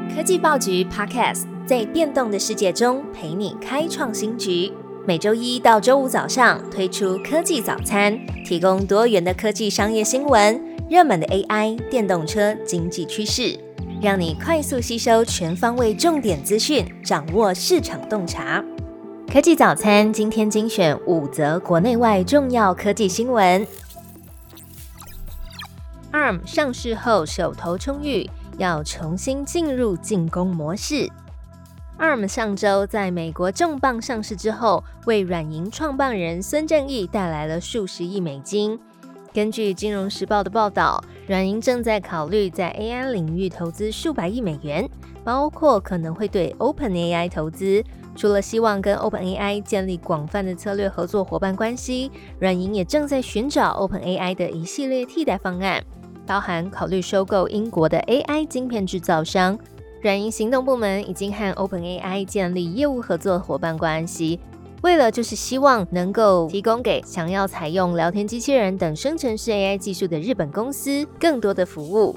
科技报局 Podcast 在变动的世界中陪你开创新局。每周一到周五早上推出科技早餐，提供多元的科技商业新闻、热门的 AI、电动车、经济趋势，让你快速吸收全方位重点资讯，掌握市场洞察。科技早餐今天精选5则国内外重要科技新闻。ARM 上市后手头充裕，要重新进入进攻模式。ARM 上周在美国重磅上市之后，为软银创办人孙正义带来了数十亿美金。根据《金融时报》的报道，软银正在考虑在 AI 领域投资数百亿美元，包括可能会对 OpenAI 投资。除了希望跟 OpenAI 建立广泛的策略合作伙伴关系，软银也正在寻找 OpenAI 的一系列替代方案，包含考虑收购英国的 AI 晶片制造商。软银行动部门已经和 OpenAI 建立业务合作伙伴关系，为了就是希望能够提供给想要采用聊天机器人等生成式 AI 技术的日本公司更多的服务。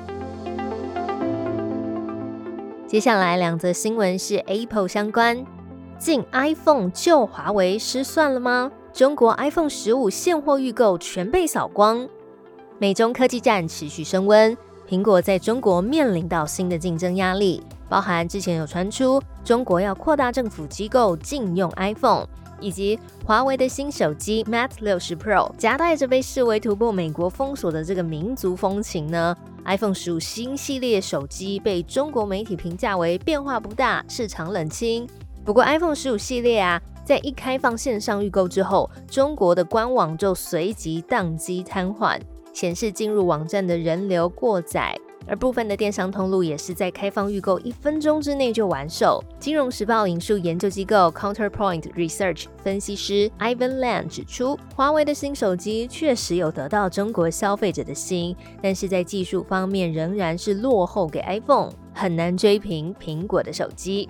接下来2则新闻是 Apple 相关。进 iPhone 救华为失算了吗？中国 iPhone 15现货预购全被扫光。美中科技战持续升温，苹果在中国面临到新的竞争压力，包含之前有传出中国要扩大政府机构禁用 iPhone， 以及华为的新手机 Mate 60 Pro 夹带着被视为突破美国封锁的这个民族风情呢。iPhone 15新系列手机被中国媒体评价为变化不大，市场冷清。不过 iPhone 15系列在一开放线上预购之后，中国的官网就随即宕机瘫痪，显示进入网站的人流过载，而部分的电商通路也是在开放预购1分钟之内就完售。金融时报引述研究机构 Counterpoint Research 分析师 Ivan Lan 指出，华为的新手机确实有得到中国消费者的心，但是在技术方面仍然是落后给 iPhone， 很难追平苹果的手机。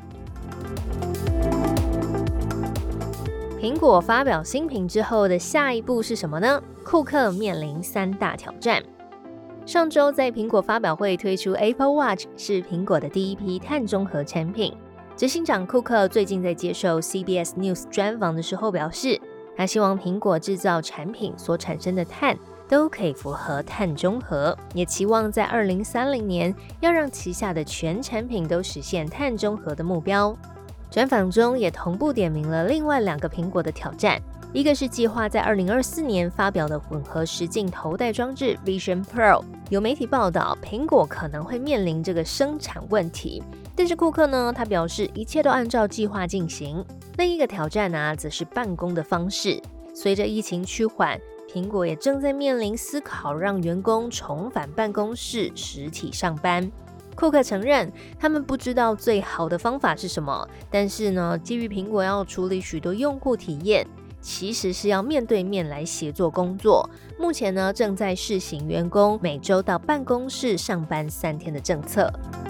苹果发表新品之后的下一步是什么呢？库克面临3大挑战。上周在苹果发表会推出 Apple Watch， 是苹果的第一批碳中和产品。执行长库克最近在接受 CBS News 专访的时候表示，他希望苹果制造产品所产生的碳都可以符合碳中和，也期望在2030年要让旗下的全产品都实现碳中和的目标。专访中也同步点名了另外2个苹果的挑战，一个是计划在2024年发表的混合实境头戴装置 Vision Pro， 有媒体报道苹果可能会面临这个生产问题，但是库克呢，他表示一切都按照计划进行。另一个挑战则是办公的方式，随着疫情趋缓，苹果也正在面临思考让员工重返办公室实体上班。库克承认他们不知道最好的方法是什么，但是呢，基于苹果要处理许多用户体验，其实是要面对面来协作工作。目前呢，正在试行员工每周到办公室上班3天的政策。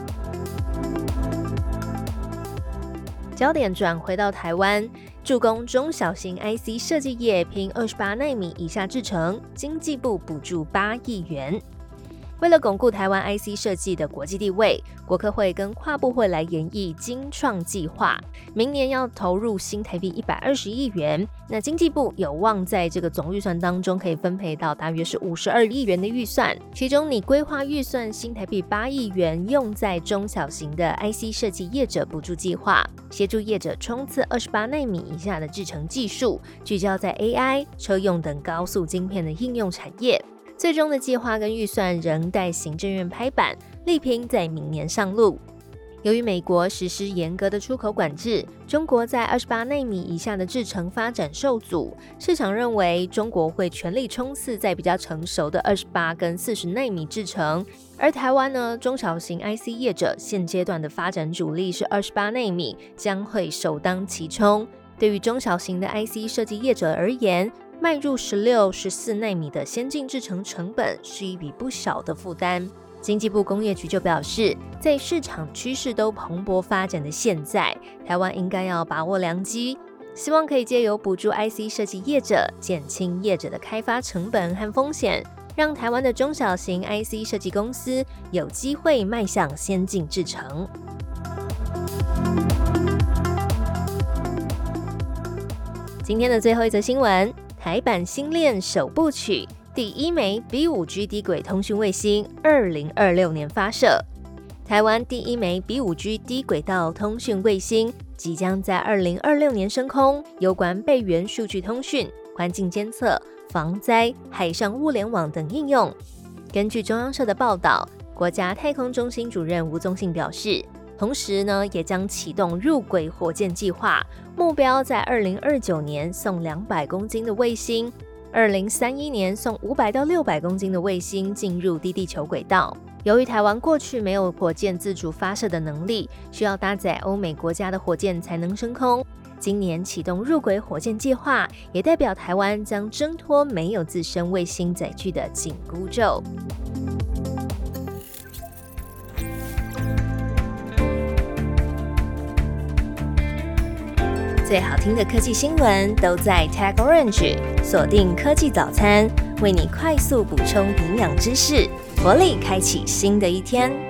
焦点转回到台湾，助攻中小型 IC 设计业拼28奈米以下制程，经济部补助8亿元。为了巩固台湾 IC 设计的国际地位，国科会跟跨部会来研议精创计划，明年要投入新台币120亿元。那经济部有望在这个总预算当中可以分配到大约是52亿元的预算，其中你规划预算新台币8亿元用在中小型的 IC 设计业者补助计划，协助业者冲刺28奈米以下的制程技术，聚焦在 AI、车用等高速晶片的应用产业。最终的计划跟预算仍待行政院拍板，力拼在明年上路。由于美国实施严格的出口管制，中国在28奈米以下的制程发展受阻，市场认为中国会全力冲刺在比较成熟的28跟40奈米制程，而台湾呢，中小型 IC 业者现阶段的发展主力是28奈米，将会首当其冲。对于中小型的 IC 设计业者而言，迈入16、14奈米的先进制程成本是一笔不小的负担。经济部工业局就表示，在市场趋势都蓬勃发展的现在，台湾应该要把握良机，希望可以借由补助 IC 设计业者，减轻业者的开发成本和风险， 让台湾的中小型 IC 设计公司有机会迈向先进制程。今天的最后一则新闻，台版星链首部曲第一枚 B5G 低轨通讯卫星2026年发射。台湾第一枚 B5G 低轨道通讯卫星即将在2026年升空，有关备援数据通讯、环境监测、防灾、海上物联网等应用。根据中央社的报道，国家太空中心主任吴宗信表示，同时也将启动入轨火箭计划，目标在2029年送200公斤的卫星，2031年送500到600公斤的卫星进入低地球轨道。由于台湾过去没有火箭自主发射的能力，需要搭载欧美国家的火箭才能升空。今年启动入轨火箭计划，也代表台湾将挣脱没有自身卫星载具的紧箍咒。最好听的科技新闻都在 Tag Orange， 锁定科技早餐，为你快速补充营养知识，活力开启新的一天。